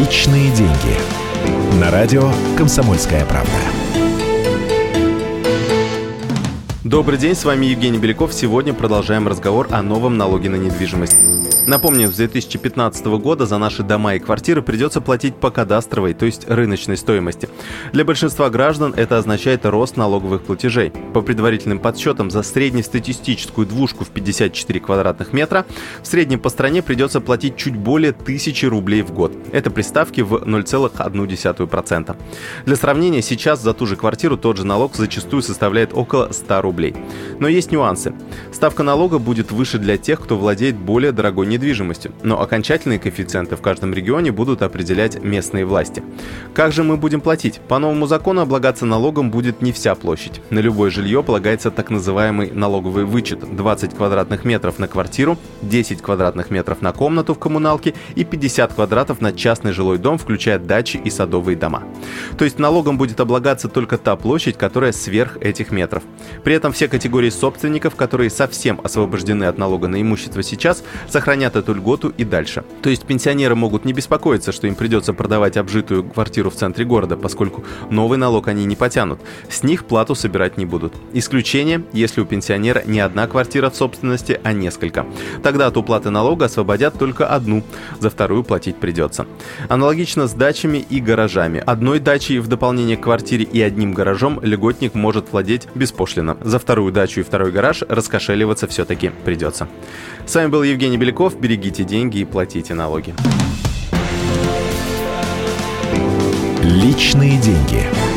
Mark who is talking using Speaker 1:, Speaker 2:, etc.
Speaker 1: Личные деньги. На радио «Комсомольская правда».
Speaker 2: Добрый день, с вами Евгений Беляков. Сегодня продолжаем разговор о новом налоге на недвижимость. Напомню, с 2015 года за наши дома и квартиры придется платить по кадастровой, то есть рыночной стоимости. Для большинства граждан это означает рост налоговых платежей. По предварительным подсчетам, за среднестатистическую двушку в 54 квадратных метра в среднем по стране придется платить чуть более 1000 рублей в год. Это при ставке в 0,1%. Для сравнения, сейчас за ту же квартиру тот же налог зачастую составляет около 100 рублей. Но есть нюансы. Ставка налога будет выше для тех, кто владеет более дорогой недвижимостью, но окончательные коэффициенты в каждом регионе будут определять местные власти. Как же мы будем платить? По новому закону облагаться налогом будет не вся площадь. На любое жилье полагается так называемый налоговый вычет: 20 квадратных метров на квартиру, 10 квадратных метров на комнату в коммуналке и 50 квадратов на частный жилой дом, включая дачи и садовые дома. То есть налогом будет облагаться только та площадь, которая сверх этих метров. При этом все категории собственников, которые совсем освобождены от налога на имущество сейчас, сохранят эту льготу и дальше. То есть пенсионеры могут не беспокоиться, что им придется продавать обжитую квартиру в центре города, поскольку новый налог они не потянут. С них плату собирать не будут. Исключение, если у пенсионера не одна квартира в собственности, а несколько. Тогда от уплаты налога освободят только одну, за вторую платить придется. Аналогично с дачами и гаражами. Одной дачей в дополнение к квартире и одним гаражом льготник может владеть беспошлино. За вторую дачу и второй гараж раскошеливаться все-таки придется. С вами был Евгений Беляков. Берегите деньги и платите налоги.
Speaker 1: Личные деньги.